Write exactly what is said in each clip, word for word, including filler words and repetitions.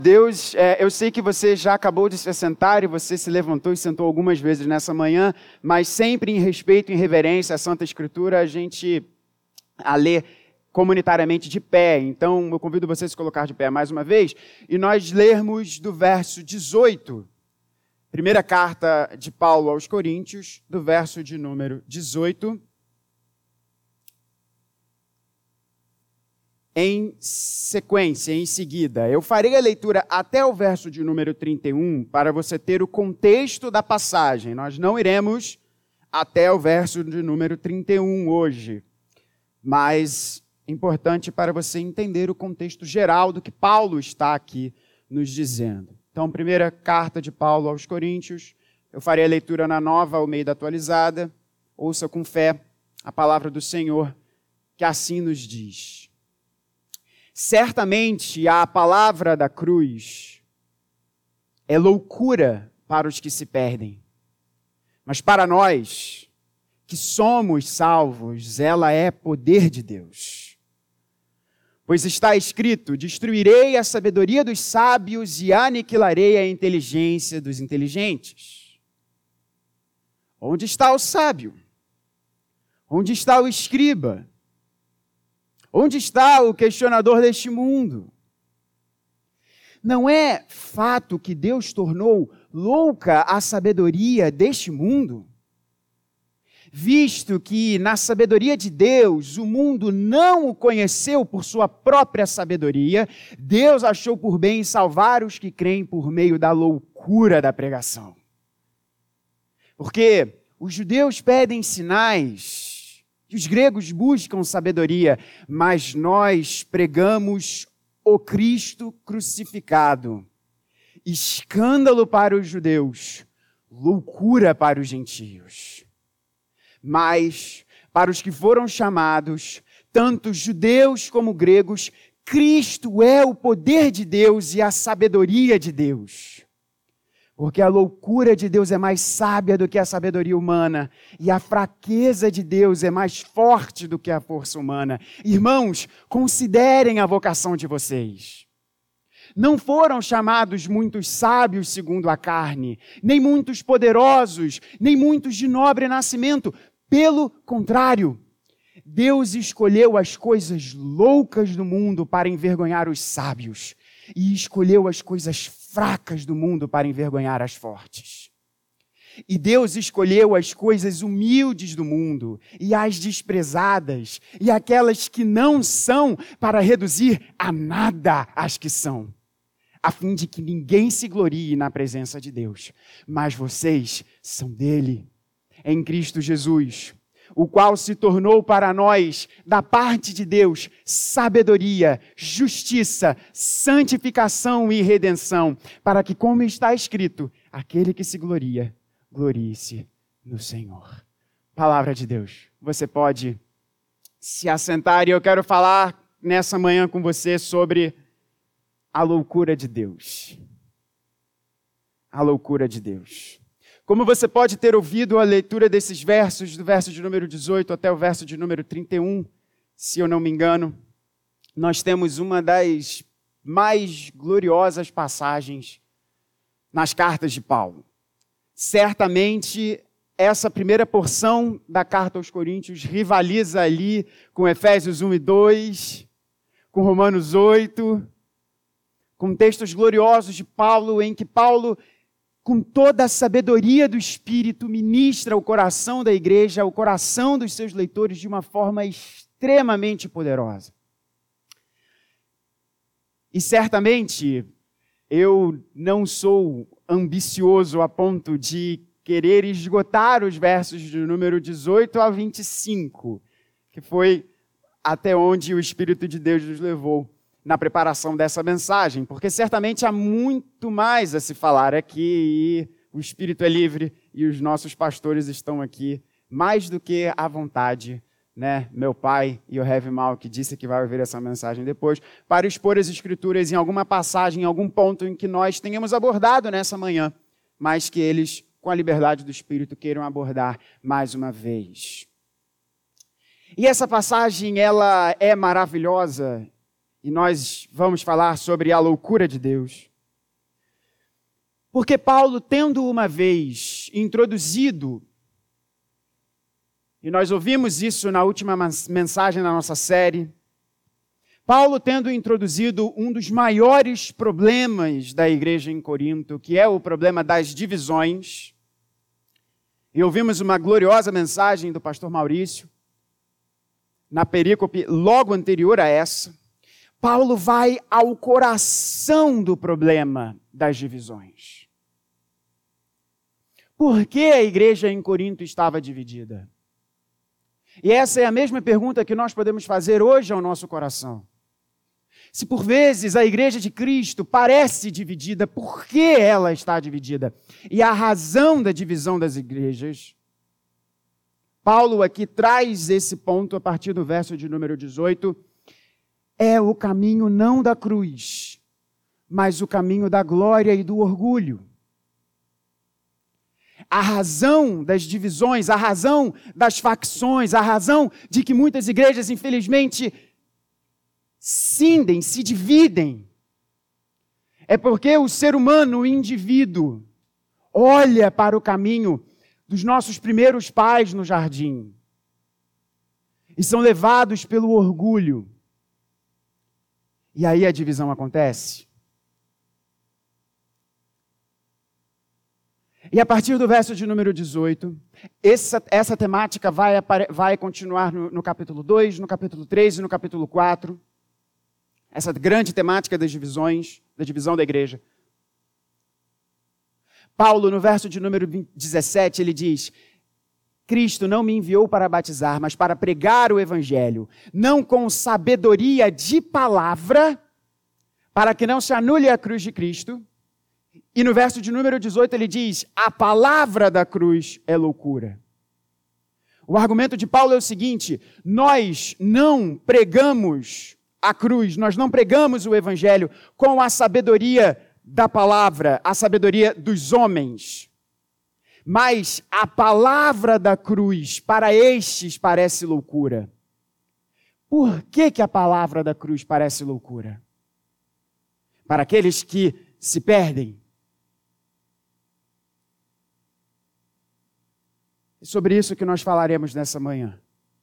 Deus, é, eu sei que você já acabou de se assentar e você se levantou e sentou algumas vezes nessa manhã, mas sempre em respeito e em reverência à Santa Escritura, a gente a lê comunitariamente de pé. Então, eu convido você a se colocar de pé mais uma vez e nós lermos do verso dezoito, primeira carta de Paulo aos Coríntios, do verso de número dezoito, em sequência, em seguida. Eu farei a leitura até o verso de número trinta e um para você ter o contexto da passagem. Nós não iremos até o verso de número trinta e um hoje, mas é importante para você entender o contexto geral do que Paulo está aqui nos dizendo. Então, primeira carta de Paulo aos Coríntios, eu farei a leitura na Nova Almeida Atualizada. Ouça com fé a palavra do Senhor, que assim nos diz: certamente a palavra da cruz é loucura para os que se perdem, mas para nós que somos salvos, ela é poder de Deus. Pois está escrito: destruirei a sabedoria dos sábios e aniquilarei a inteligência dos inteligentes. Onde está o sábio? Onde está o escriba? Onde está o questionador deste mundo? Não é fato que Deus tornou louca a sabedoria deste mundo? Visto que na sabedoria de Deus o mundo não o conheceu por sua própria sabedoria, Deus achou por bem salvar os que creem por meio da loucura da pregação. Porque os judeus pedem sinais, e os gregos buscam sabedoria, mas nós pregamos o Cristo crucificado. Escândalo para os judeus, loucura para os gentios. Mas para os que foram chamados, tanto judeus como gregos, Cristo é o poder de Deus e a sabedoria de Deus. Porque a loucura de Deus é mais sábia do que a sabedoria humana, e a fraqueza de Deus é mais forte do que a força humana. Irmãos, considerem a vocação de vocês. Não foram chamados muitos sábios segundo a carne, nem muitos poderosos, nem muitos de nobre nascimento. Pelo contrário, Deus escolheu as coisas loucas do mundo para envergonhar os sábios, e escolheu as coisas fracas do mundo para envergonhar as fortes. E Deus escolheu as coisas humildes do mundo, e as desprezadas, e aquelas que não são, para reduzir a nada as que são, a fim de que ninguém se glorie na presença de Deus. Mas vocês são dele, em Cristo Jesus, o qual se tornou para nós, da parte de Deus, sabedoria, justiça, santificação e redenção, para que, como está escrito, aquele que se gloria, glorie-se no Senhor. Palavra de Deus. Você pode se assentar e eu quero falar nessa manhã com você sobre a loucura de Deus. A loucura de Deus. Como você pode ter ouvido a leitura desses versos, do verso de número dezoito até o verso de número trinta e um, se eu não me engano, nós temos uma das mais gloriosas passagens nas cartas de Paulo. Certamente, essa primeira porção da carta aos Coríntios rivaliza ali com Efésios um e dois, com Romanos oito, com textos gloriosos de Paulo, em que Paulo, com toda a sabedoria do Espírito, ministra o coração da igreja, o coração dos seus leitores de uma forma extremamente poderosa. E certamente, eu não sou ambicioso a ponto de querer esgotar os versos do número dezoito a vinte e cinco, que foi até onde o Espírito de Deus nos levou na preparação dessa mensagem, porque certamente há muito mais a se falar aqui, e o Espírito é livre, e os nossos pastores estão aqui, mais do que à vontade, né? Meu pai, e o Heavy Mal, que disse que vai ouvir essa mensagem depois, para expor as Escrituras em alguma passagem, em algum ponto em que nós tenhamos abordado nessa manhã, mas que eles, com a liberdade do Espírito, queiram abordar mais uma vez. E essa passagem, ela é maravilhosa, e nós vamos falar sobre a loucura de Deus. Porque Paulo, tendo uma vez introduzido, e nós ouvimos isso na última mensagem da nossa série, Paulo tendo introduzido um dos maiores problemas da igreja em Corinto, que é o problema das divisões, e ouvimos uma gloriosa mensagem do pastor Maurício, na perícope logo anterior a essa, Paulo vai ao coração do problema das divisões. Por que a igreja em Corinto estava dividida? E essa é a mesma pergunta que nós podemos fazer hoje ao nosso coração. Se por vezes a igreja de Cristo parece dividida, por que ela está dividida? E a razão da divisão das igrejas, Paulo aqui traz esse ponto a partir do verso de número dezoito, é o caminho não da cruz, mas o caminho da glória e do orgulho. A razão das divisões, a razão das facções, a razão de que muitas igrejas, infelizmente, cindem, se dividem, é porque o ser humano, o indivíduo, olha para o caminho dos nossos primeiros pais no jardim e são levados pelo orgulho. E aí a divisão acontece. E a partir do verso de número dezoito, essa, essa temática vai, vai continuar no, no capítulo dois, no capítulo três e no capítulo quatro. Essa grande temática das divisões, da divisão da igreja. Paulo, no verso de número dezessete, ele diz: Cristo não me enviou para batizar, mas para pregar o evangelho, não com sabedoria de palavra, para que não se anule a cruz de Cristo. E no verso de número dezoito ele diz: a palavra da cruz é loucura. O argumento de Paulo é o seguinte: nós não pregamos a cruz, nós não pregamos o evangelho com a sabedoria da palavra, a sabedoria dos homens. Mas a palavra da cruz para estes parece loucura. Por que que a palavra da cruz parece loucura? Para aqueles que se perdem. É sobre isso que nós falaremos nessa manhã.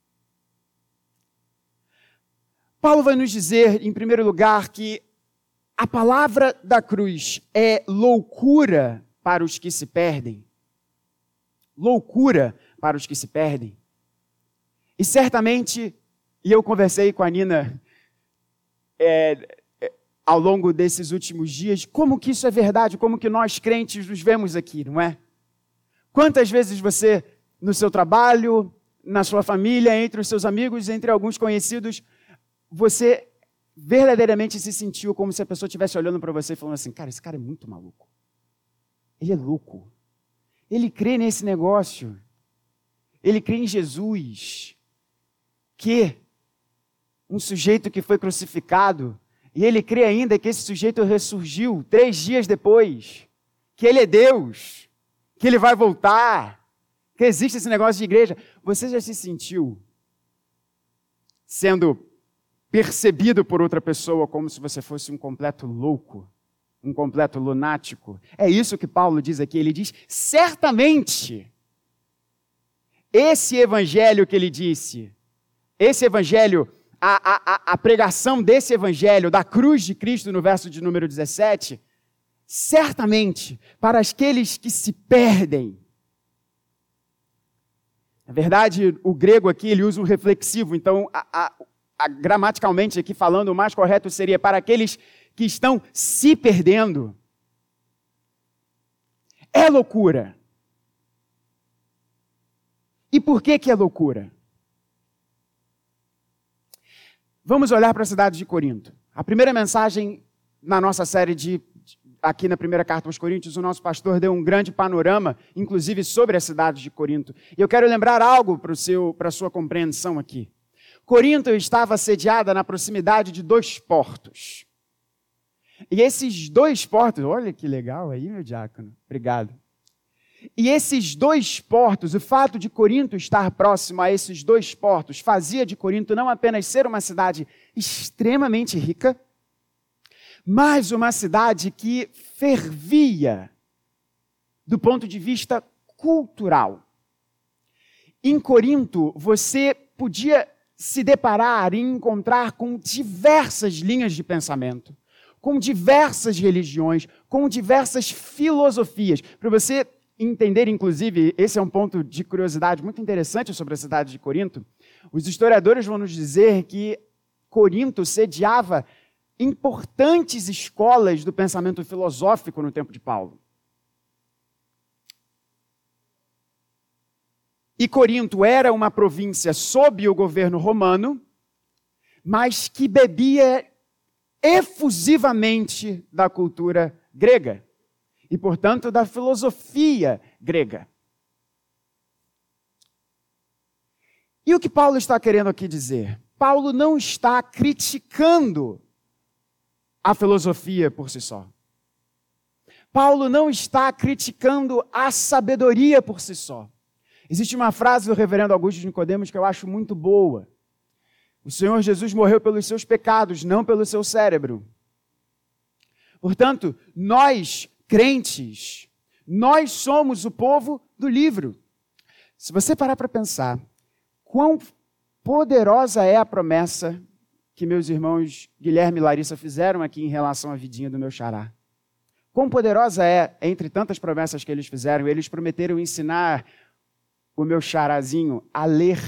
Paulo vai nos dizer, em primeiro lugar, que a palavra da cruz é loucura para os que se perdem. Loucura para os que se perdem. E certamente, e eu conversei com a Nina é, é, ao longo desses últimos dias, como que isso é verdade, como que nós crentes nos vemos aqui, não é? Quantas vezes você, no seu trabalho, na sua família, entre os seus amigos, entre alguns conhecidos, você verdadeiramente se sentiu como se a pessoa estivesse olhando para você e falando assim: cara, esse cara é muito maluco. Ele é louco. Ele crê nesse negócio. Ele crê em Jesus. Que um sujeito que foi crucificado, e ele crê ainda que esse sujeito ressurgiu três dias depois. Que ele é Deus. Que ele vai voltar. Que existe esse negócio de igreja. Você já se sentiu sendo percebido por outra pessoa como se você fosse um completo louco, um completo lunático? É isso que Paulo diz aqui. Ele diz: certamente, esse evangelho que ele disse, esse evangelho, a, a, a pregação desse evangelho, da cruz de Cristo, no verso de número dezessete, certamente, para aqueles que se perdem. Na verdade, o grego aqui, ele usa um reflexivo, então, a, a, a, gramaticalmente aqui falando, o mais correto seria para aqueles que estão se perdendo. É loucura. E por que que é loucura? Vamos olhar para a cidade de Corinto. A primeira mensagem na nossa série de, aqui na primeira carta aos Coríntios, o nosso pastor deu um grande panorama, inclusive sobre a cidade de Corinto. E eu quero lembrar algo para o seu, para a sua compreensão aqui. Corinto estava sediada na proximidade de dois portos. E esses dois portos, olha que legal aí, meu diácono, obrigado. E esses dois portos, o fato de Corinto estar próximo a esses dois portos, fazia de Corinto não apenas ser uma cidade extremamente rica, mas uma cidade que fervia do ponto de vista cultural. Em Corinto, você podia se deparar e encontrar com diversas linhas de pensamento, com diversas religiões, com diversas filosofias. Para você entender, inclusive, esse é um ponto de curiosidade muito interessante sobre a cidade de Corinto, os historiadores vão nos dizer que Corinto sediava importantes escolas do pensamento filosófico no tempo de Paulo. E Corinto era uma província sob o governo romano, mas que bebia efusivamente da cultura grega e, portanto, da filosofia grega. E o que Paulo está querendo aqui dizer? Paulo não está criticando a filosofia por si só. Paulo não está criticando a sabedoria por si só. Existe uma frase do reverendo Augusto de Nicodemos que eu acho muito boa. O Senhor Jesus morreu pelos seus pecados, não pelo seu cérebro. Portanto, nós, crentes, nós somos o povo do livro. Se você parar para pensar, quão poderosa é a promessa que meus irmãos Guilherme e Larissa fizeram aqui em relação à vidinha do meu xará. Quão poderosa é, entre tantas promessas que eles fizeram, eles prometeram ensinar o meu xarazinho a ler,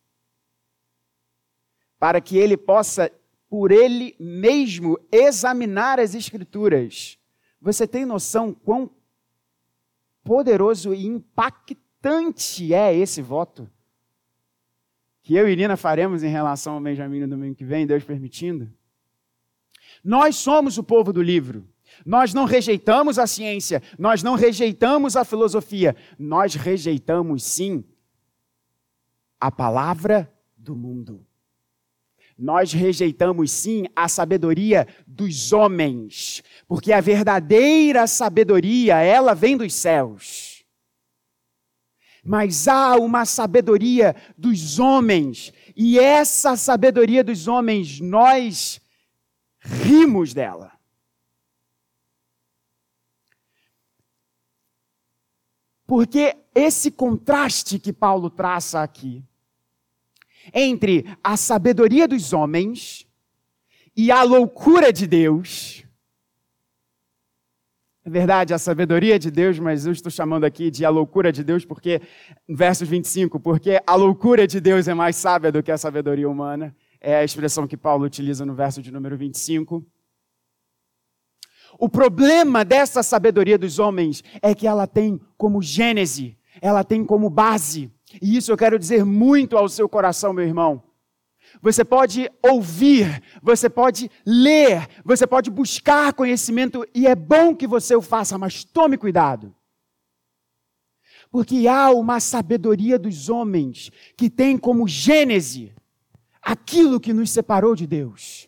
para que ele possa, por ele mesmo, examinar as Escrituras. Você tem noção quão poderoso e impactante é esse voto que eu e Nina faremos em relação ao Benjamin no domingo que vem, Deus permitindo? Nós somos o povo do livro. Nós não rejeitamos a ciência, nós não rejeitamos a filosofia, nós rejeitamos, sim, a palavra do mundo. Nós rejeitamos, sim, a sabedoria dos homens, porque a verdadeira sabedoria, ela vem dos céus. Mas há uma sabedoria dos homens, e essa sabedoria dos homens, nós rimos dela. Porque esse contraste que Paulo traça aqui, entre a sabedoria dos homens e a loucura de Deus, é verdade, a sabedoria de Deus, mas eu estou chamando aqui de a loucura de Deus, porque, versos vinte e cinco, porque a loucura de Deus é mais sábia do que a sabedoria humana, é a expressão que Paulo utiliza no verso de número vinte e cinco. O problema dessa sabedoria dos homens é que ela tem como gênese, ela tem como base. E isso eu quero dizer muito ao seu coração, meu irmão. Você pode ouvir, você pode ler, você pode buscar conhecimento e é bom que você o faça, mas tome cuidado. Porque há uma sabedoria dos homens que tem como gênese aquilo que nos separou de Deus.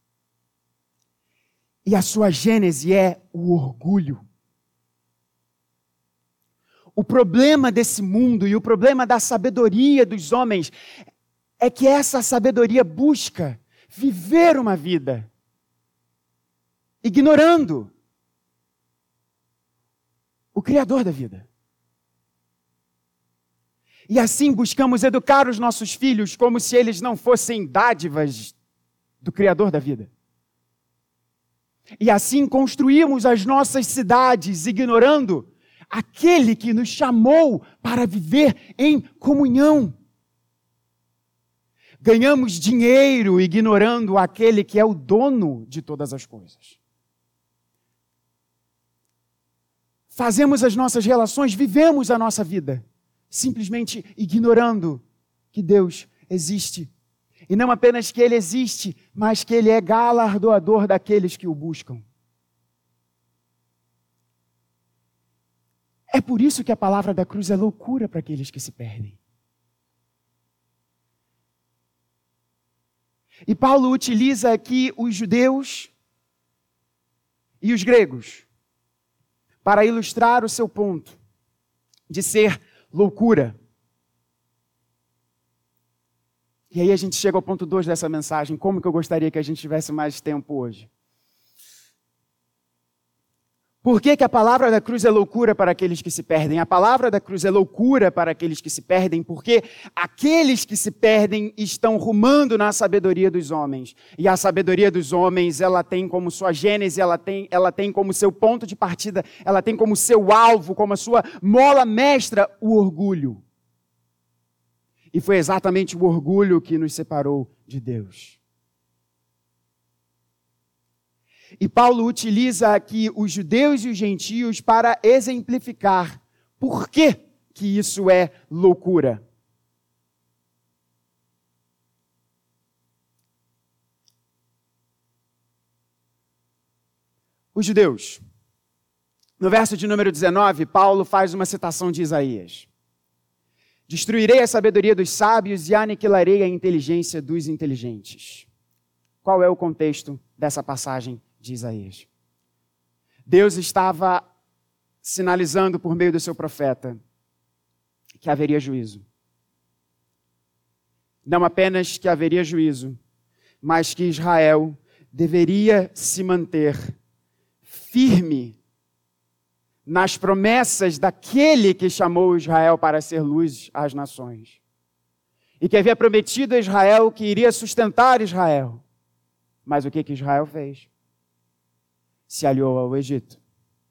E a sua gênese é o orgulho. O problema desse mundo e o problema da sabedoria dos homens é que essa sabedoria busca viver uma vida ignorando o Criador da vida. E assim buscamos educar os nossos filhos como se eles não fossem dádivas do Criador da vida. E assim construímos as nossas cidades, ignorando aquele que nos chamou para viver em comunhão. Ganhamos dinheiro ignorando aquele que é o dono de todas as coisas. Fazemos as nossas relações, vivemos a nossa vida, simplesmente ignorando que Deus existe. E não apenas que Ele existe, mas que Ele é galardoador daqueles que o buscam. É por isso que a palavra da cruz é loucura para aqueles que se perdem. E Paulo utiliza aqui os judeus e os gregos para ilustrar o seu ponto de ser loucura. E aí a gente chega ao ponto dois dessa mensagem. Como que eu gostaria que a gente tivesse mais tempo hoje? Por que que a palavra da cruz é loucura para aqueles que se perdem? A palavra da cruz é loucura para aqueles que se perdem, porque aqueles que se perdem estão rumando na sabedoria dos homens. E a sabedoria dos homens, ela tem como sua gênese, ela tem, ela tem como seu ponto de partida, ela tem como seu alvo, como a sua mola mestra, o orgulho. E foi exatamente o orgulho que nos separou de Deus. E Paulo utiliza aqui os judeus e os gentios para exemplificar por que que isso é loucura. Os judeus. No verso de número dezenove, Paulo faz uma citação de Isaías. Destruirei a sabedoria dos sábios e aniquilarei a inteligência dos inteligentes. Qual é o contexto dessa passagem de Isaías? Deus estava sinalizando por meio do seu profeta que haveria juízo. Não apenas que haveria juízo, mas que Israel deveria se manter firme nas promessas daquele que chamou Israel para ser luz às nações. E que havia prometido a Israel que iria sustentar Israel. Mas o que que Israel fez? Se aliou ao Egito.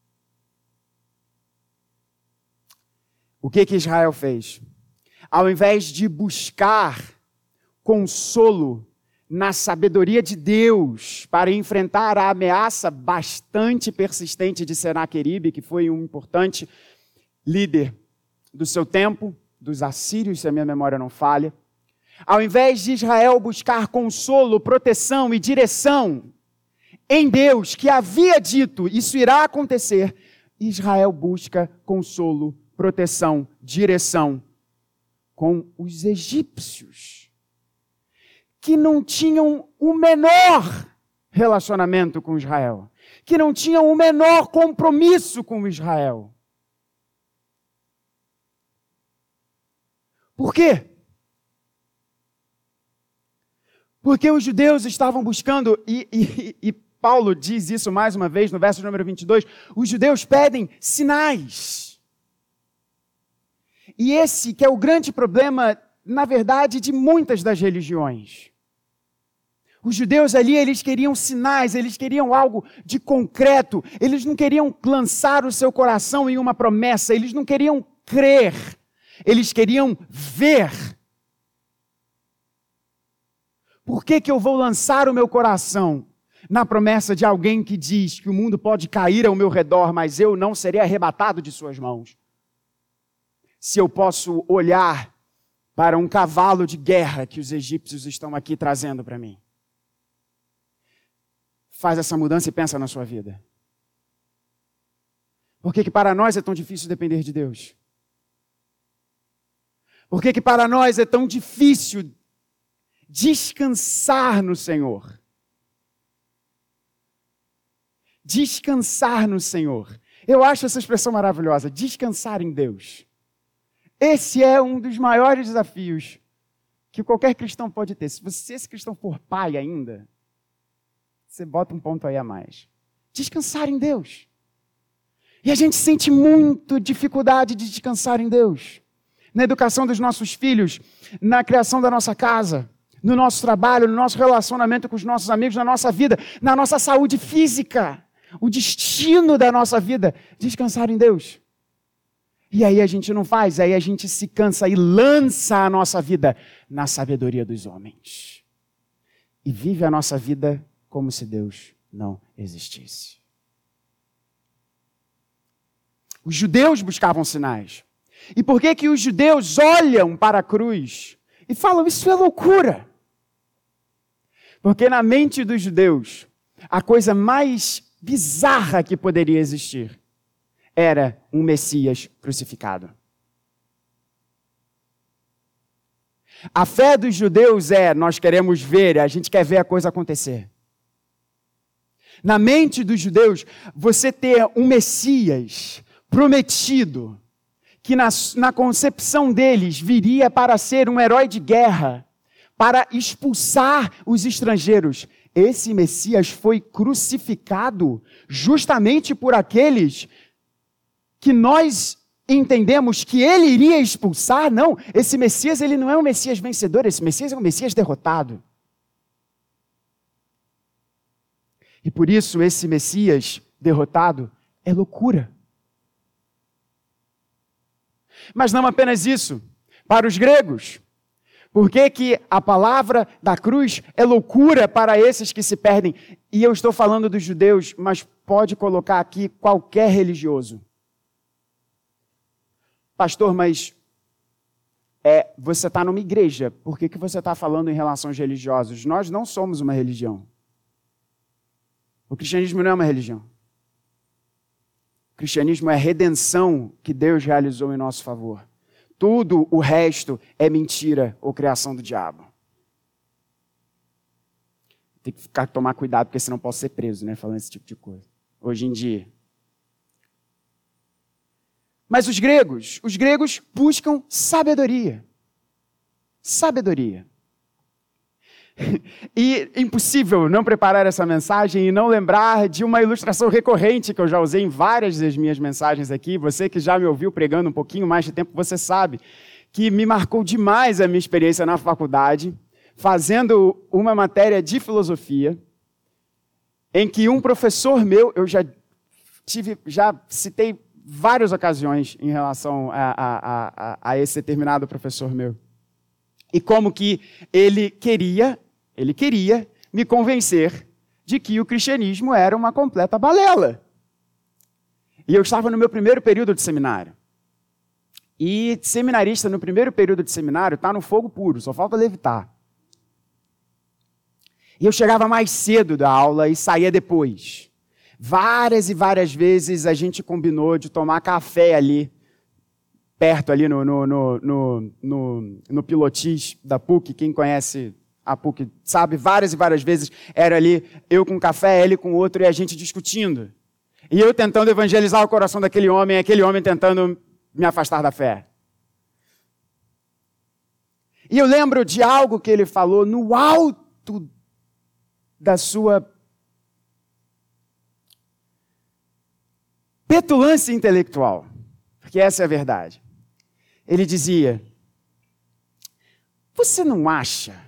O que que Israel fez? Ao invés de buscar consolo na sabedoria de Deus para enfrentar a ameaça bastante persistente de Senaqueribe, que foi um importante líder do seu tempo, dos assírios, se a minha memória não falha, ao invés de Israel buscar consolo, proteção e direção em Deus, que havia dito, isso irá acontecer, Israel busca consolo, proteção, direção com os egípcios, que não tinham o menor relacionamento com Israel, que não tinham o menor compromisso com Israel. Por quê? Porque os judeus estavam buscando, e, e, e Paulo diz isso mais uma vez no verso número vinte e dois, os judeus pedem sinais. E esse que é o grande problema, na verdade, de muitas das religiões. Os judeus ali, eles queriam sinais, eles queriam algo de concreto, eles não queriam lançar o seu coração em uma promessa, eles não queriam crer, eles queriam ver. Por que que eu vou lançar o meu coração na promessa de alguém que diz que o mundo pode cair ao meu redor, mas eu não serei arrebatado de suas mãos? Se eu posso olhar para um cavalo de guerra que os egípcios estão aqui trazendo para mim. Faz essa mudança e pensa na sua vida. Por que que para nós é tão difícil depender de Deus? Por que que para nós é tão difícil descansar no Senhor? Descansar no Senhor. Eu acho essa expressão maravilhosa, descansar em Deus. Esse é um dos maiores desafios que qualquer cristão pode ter. Se você, esse cristão for pai ainda, você bota um ponto aí a mais. Descansar em Deus. E a gente sente muito dificuldade de descansar em Deus. Na educação dos nossos filhos, na criação da nossa casa, no nosso trabalho, no nosso relacionamento com os nossos amigos, na nossa vida, na nossa saúde física. O destino da nossa vida, descansar em Deus. E aí a gente não faz, aí a gente se cansa e lança a nossa vida na sabedoria dos homens. E vive a nossa vida como se Deus não existisse. Os judeus buscavam sinais. E por que que os judeus olham para a cruz e falam, isso é loucura? Porque na mente dos judeus, a coisa mais bizarra que poderia existir era um Messias crucificado. A fé dos judeus é, nós queremos ver, a gente quer ver a coisa acontecer. Na mente dos judeus, você ter um Messias prometido, que na, na concepção deles viria para ser um herói de guerra, para expulsar os estrangeiros, esse Messias foi crucificado justamente por aqueles que nós entendemos que ele iria expulsar. Não, esse Messias ele não é um Messias vencedor, esse Messias é um Messias derrotado. E por isso esse Messias derrotado é loucura. Mas não apenas isso. Para os gregos, por que que a palavra da cruz é loucura para esses que se perdem? E eu estou falando dos judeus, mas pode colocar aqui qualquer religioso. Pastor, mas é, você está numa igreja, por que que você está falando em relação aos religiosos? Nós não somos uma religião. O cristianismo não é uma religião. O cristianismo é a redenção que Deus realizou em nosso favor. Tudo o resto é mentira ou criação do diabo. Tem que ficar, tomar cuidado, porque senão posso ser preso, né? Falando esse tipo de coisa. Hoje em dia. Mas os gregos, os gregos buscam sabedoria. Sabedoria. E é impossível não preparar essa mensagem e não lembrar de uma ilustração recorrente que eu já usei em várias das minhas mensagens aqui. Você que já me ouviu pregando um pouquinho mais de tempo, você sabe que me marcou demais a minha experiência na faculdade, fazendo uma matéria de filosofia, em que um professor meu, eu já tive, já citei várias ocasiões em relação a, a, a, a esse determinado professor meu, e como que ele queria Ele queria me convencer de que o cristianismo era uma completa balela. E eu estava no meu primeiro período de seminário. E seminarista no primeiro período de seminário está no fogo puro, só falta levitar. E eu chegava mais cedo da aula e saía depois. Várias e várias vezes a gente combinou de tomar café ali, perto ali no, no, no, no, no, no Pilotis da P U C, quem conhece a P U C, sabe, várias e várias vezes era ali, eu com café, ele com outro, e a gente discutindo. E eu tentando evangelizar o coração daquele homem, aquele homem tentando me afastar da fé. E eu lembro de algo que ele falou no alto da sua petulância intelectual, porque essa é a verdade. Ele dizia, você não acha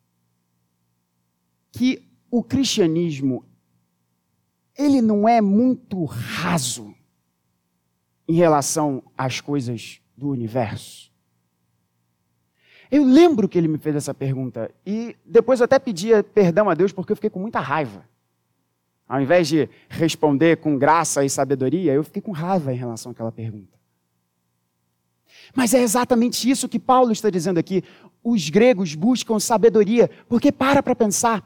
que o cristianismo, ele não é muito raso em relação às coisas do universo? Eu lembro que ele me fez essa pergunta e depois eu até pedia perdão a Deus porque eu fiquei com muita raiva. Ao invés de responder com graça e sabedoria, eu fiquei com raiva em relação àquela pergunta. Mas é exatamente isso que Paulo está dizendo aqui. Os gregos buscam sabedoria, porque para para pensar.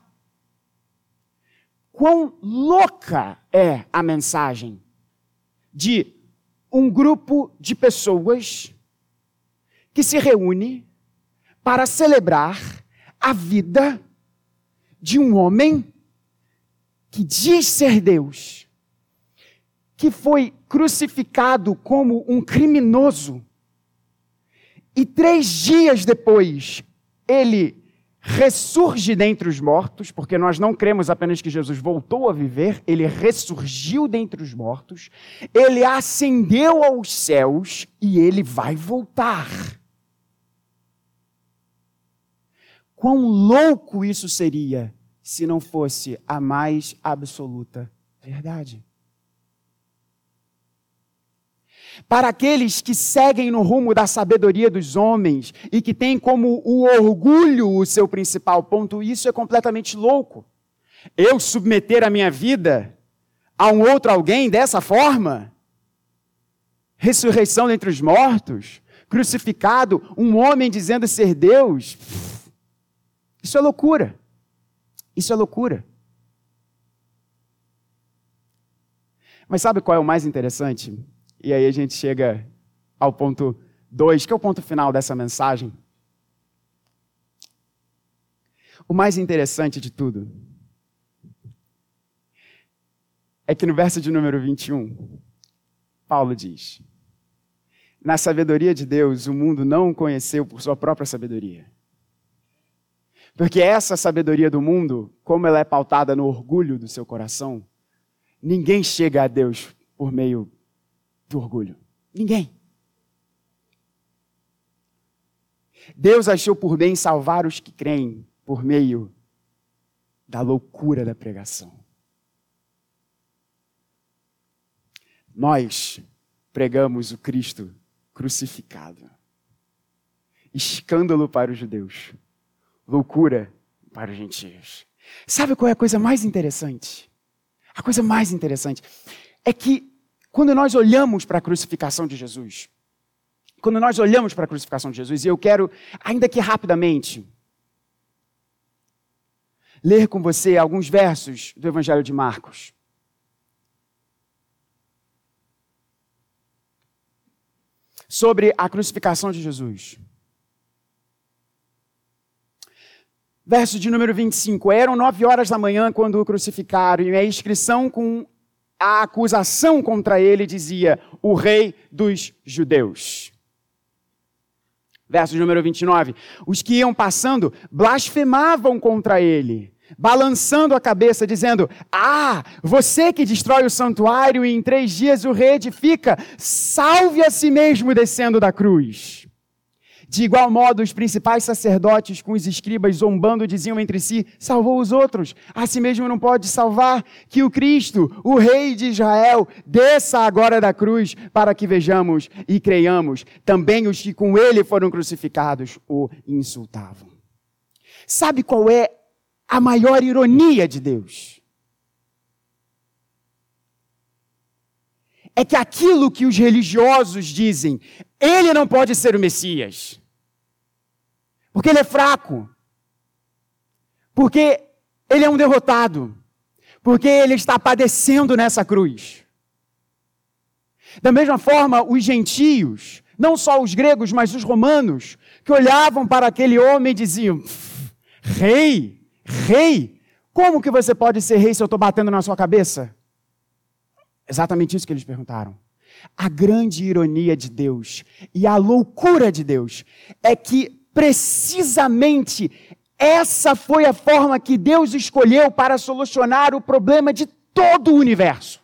Quão louca é a mensagem de um grupo de pessoas que se reúne para celebrar a vida de um homem que diz ser Deus, que foi crucificado como um criminoso, e três dias depois ele ressurge dentre os mortos, porque nós não cremos apenas que Jesus voltou a viver, ele ressurgiu dentre os mortos, ele ascendeu aos céus e ele vai voltar. Quão louco isso seria se não fosse a mais absoluta verdade. Para aqueles que seguem no rumo da sabedoria dos homens e que têm como o orgulho o seu principal ponto, isso é completamente louco. Eu submeter a minha vida a um outro alguém dessa forma? Ressurreição dentre os mortos? Crucificado? Um homem dizendo ser Deus? Isso é loucura. Isso é loucura. Mas sabe qual é o mais interessante? E aí a gente chega ao ponto dois, que é o ponto final dessa mensagem. O mais interessante de tudo é que no verso de número vinte e um, Paulo diz, na sabedoria de Deus, o mundo não o conheceu por sua própria sabedoria. Porque essa sabedoria do mundo, como ela é pautada no orgulho do seu coração, ninguém chega a Deus por meio do orgulho. Ninguém. Deus achou por bem salvar os que creem por meio da loucura da pregação. Nós pregamos o Cristo crucificado. Escândalo para os judeus. Loucura para os gentios. Sabe qual é a coisa mais interessante? A coisa mais interessante é que quando nós olhamos para a crucificação de Jesus, quando nós olhamos para a crucificação de Jesus, e eu quero, ainda que rapidamente, ler com você alguns versos do Evangelho de Marcos. Sobre a crucificação de Jesus. Verso de número vinte e cinco. Eram nove horas da manhã quando o crucificaram, e a inscrição com a acusação contra ele dizia: o rei dos judeus. Verso de número vinte e nove. Os que iam passando blasfemavam contra ele, balançando a cabeça, dizendo: ah, você que destrói o santuário e em três dias o reedifica, salve a si mesmo descendo da cruz. De igual modo, os principais sacerdotes com os escribas zombando diziam entre si: salvou os outros, a si mesmo não pode salvar, que o Cristo, o Rei de Israel, desça agora da cruz para que vejamos e creiamos. Também os que com ele foram crucificados o insultavam. Sabe qual é a maior ironia de Deus? É que aquilo que os religiosos dizem, ele não pode ser o Messias, porque ele é fraco, porque ele é um derrotado, porque ele está padecendo nessa cruz. Da mesma forma, os gentios, não só os gregos, mas os romanos, que olhavam para aquele homem e diziam: rei, rei, como que você pode ser rei se eu estou batendo na sua cabeça? Exatamente isso que eles perguntaram. A grande ironia de Deus e a loucura de Deus é que precisamente essa foi a forma que Deus escolheu para solucionar o problema de todo o universo.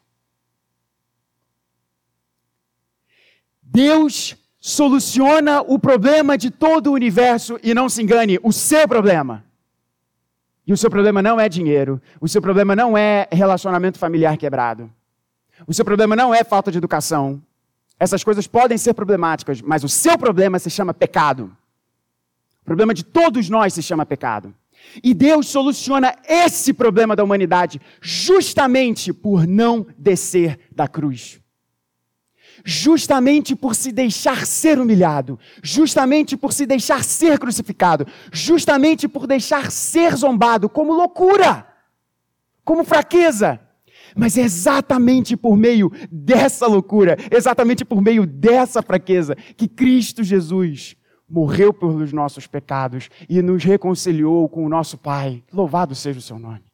Deus soluciona o problema de todo o universo, e não se engane, o seu problema. E o seu problema não é dinheiro, o seu problema não é relacionamento familiar quebrado. O seu problema não é falta de educação. Essas coisas podem ser problemáticas, mas o seu problema se chama pecado. O problema de todos nós se chama pecado. E Deus soluciona esse problema da humanidade justamente por não descer da cruz. Justamente por se deixar ser humilhado. Justamente por se deixar ser crucificado. Justamente por deixar ser zombado como loucura, como fraqueza. Mas é exatamente por meio dessa loucura, exatamente por meio dessa fraqueza, que Cristo Jesus morreu pelos nossos pecados e nos reconciliou com o nosso Pai. Louvado seja o seu nome.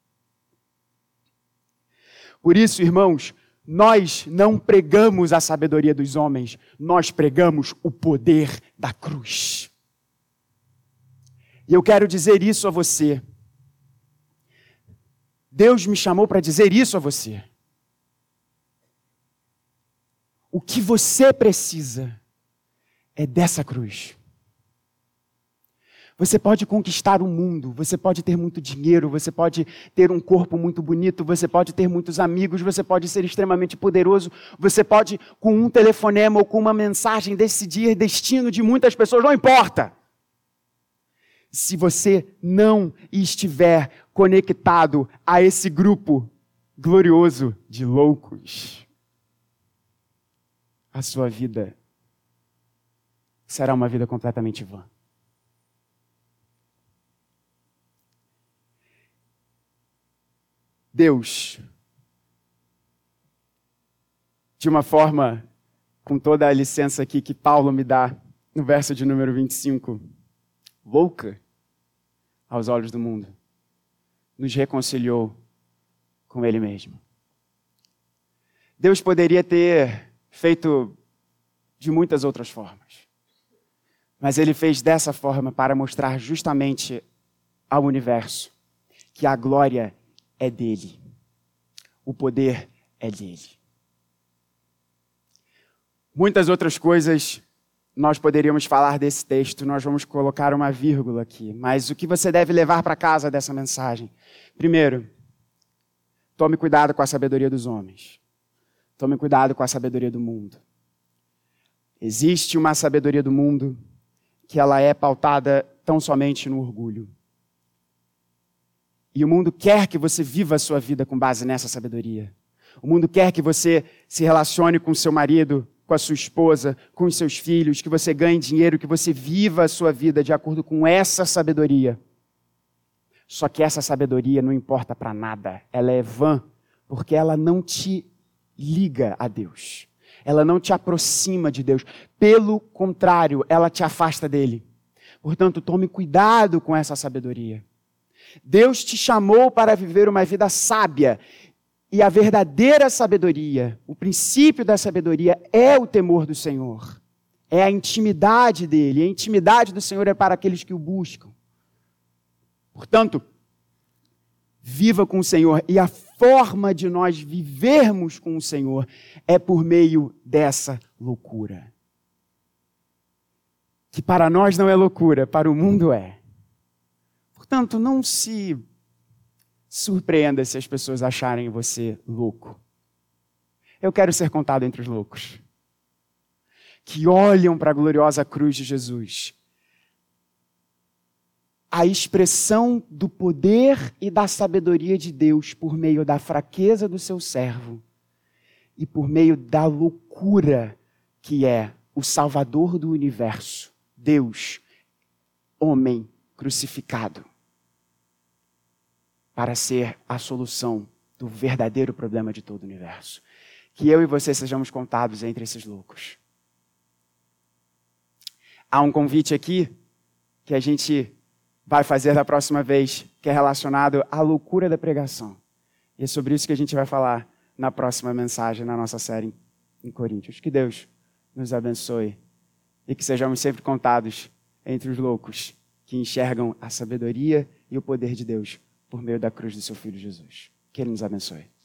Por isso, irmãos, nós não pregamos a sabedoria dos homens, nós pregamos o poder da cruz. E eu quero dizer isso a você. Deus me chamou para dizer isso a você. O que você precisa é dessa cruz. Você pode conquistar o mundo, você pode ter muito dinheiro, você pode ter um corpo muito bonito, você pode ter muitos amigos, você pode ser extremamente poderoso, você pode, com um telefonema ou com uma mensagem, decidir destino de muitas pessoas, não importa. Se você não estiver conectado a esse grupo glorioso de loucos, a sua vida será uma vida completamente vã. Deus, de uma forma, com toda a licença aqui que Paulo me dá, no verso de número vinte e cinco, louca aos olhos do mundo, nos reconciliou com Ele mesmo. Deus poderia ter feito de muitas outras formas, mas Ele fez dessa forma para mostrar justamente ao universo que a glória é dele, o poder é dele. Muitas outras coisas nós poderíamos falar desse texto, nós vamos colocar uma vírgula aqui, mas o que você deve levar para casa dessa mensagem? Primeiro, tome cuidado com a sabedoria dos homens. Tome cuidado com a sabedoria do mundo. Existe uma sabedoria do mundo que ela é pautada tão somente no orgulho. E o mundo quer que você viva a sua vida com base nessa sabedoria. O mundo quer que você se relacione com seu marido, com a sua esposa, com os seus filhos, que você ganhe dinheiro, que você viva a sua vida de acordo com essa sabedoria. Só que essa sabedoria não importa para nada. Ela é vã, porque ela não te liga a Deus. Ela não te aproxima de Deus. Pelo contrário, ela te afasta dele. Portanto, tome cuidado com essa sabedoria. Deus te chamou para viver uma vida sábia. E a verdadeira sabedoria, o princípio da sabedoria é o temor do Senhor. É a intimidade dele. A intimidade do Senhor é para aqueles que o buscam. Portanto, viva com o Senhor. E a forma de nós vivermos com o Senhor é por meio dessa loucura. Que para nós não é loucura, para o mundo é. Portanto, não se surpreenda se as pessoas acharem você louco. Eu quero ser contado entre os loucos, que olham para a gloriosa cruz de Jesus. A expressão do poder e da sabedoria de Deus por meio da fraqueza do seu servo e por meio da loucura que é o Salvador do universo, Deus, homem crucificado, para ser a solução do verdadeiro problema de todo o universo. Que eu e você sejamos contados entre esses loucos. Há um convite aqui que a gente vai fazer da próxima vez, que é relacionado à loucura da pregação. E é sobre isso que a gente vai falar na próxima mensagem, na nossa série em Coríntios. Que Deus nos abençoe e que sejamos sempre contados entre os loucos que enxergam a sabedoria e o poder de Deus por meio da cruz do seu Filho Jesus. Que Ele nos abençoe.